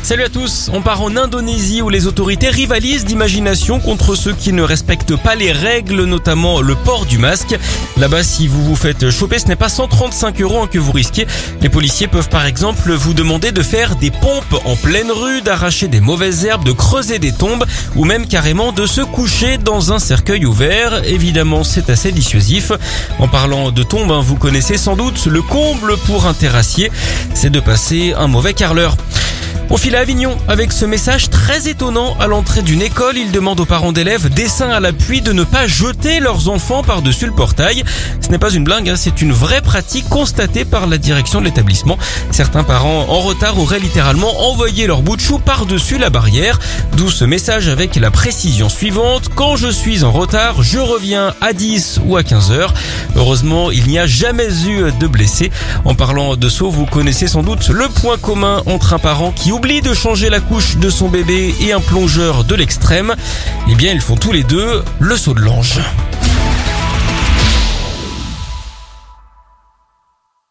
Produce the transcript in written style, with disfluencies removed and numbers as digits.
Salut à tous, on part en Indonésie où les autorités rivalisent d'imagination contre ceux qui ne respectent pas les règles, notamment le port du masque. Là-bas, si vous vous faites choper, ce n'est pas 135 € que vous risquez. Les policiers peuvent par exemple vous demander de faire des pompes en pleine rue, d'arracher des mauvaises herbes, de creuser des tombes ou même carrément de se coucher dans un cercueil ouvert. Évidemment, c'est assez dissuasif. En parlant de tombes, vous connaissez sans doute le comble pour un terrassier, c'est de passer un mauvais quart d'heure. On file à Avignon avec ce message très étonnant à l'entrée d'une école. Il demande aux parents d'élèves, dessin à l'appui, de ne pas jeter leurs enfants par-dessus le portail. Ce n'est pas une blague, c'est une vraie pratique constatée par la direction de l'établissement. Certains parents en retard auraient littéralement envoyé leur bout de chou par-dessus la barrière. D'où ce message avec la précision suivante: quand je suis en retard, je reviens à 10 ou à 15 heures. Heureusement, il n'y a jamais eu de blessés. En parlant de saut, vous connaissez sans doute le point commun entre un parent qui oublie de changer la couche de son bébé et un plongeur de l'extrême. Eh bien, ils font tous les deux le saut de l'ange.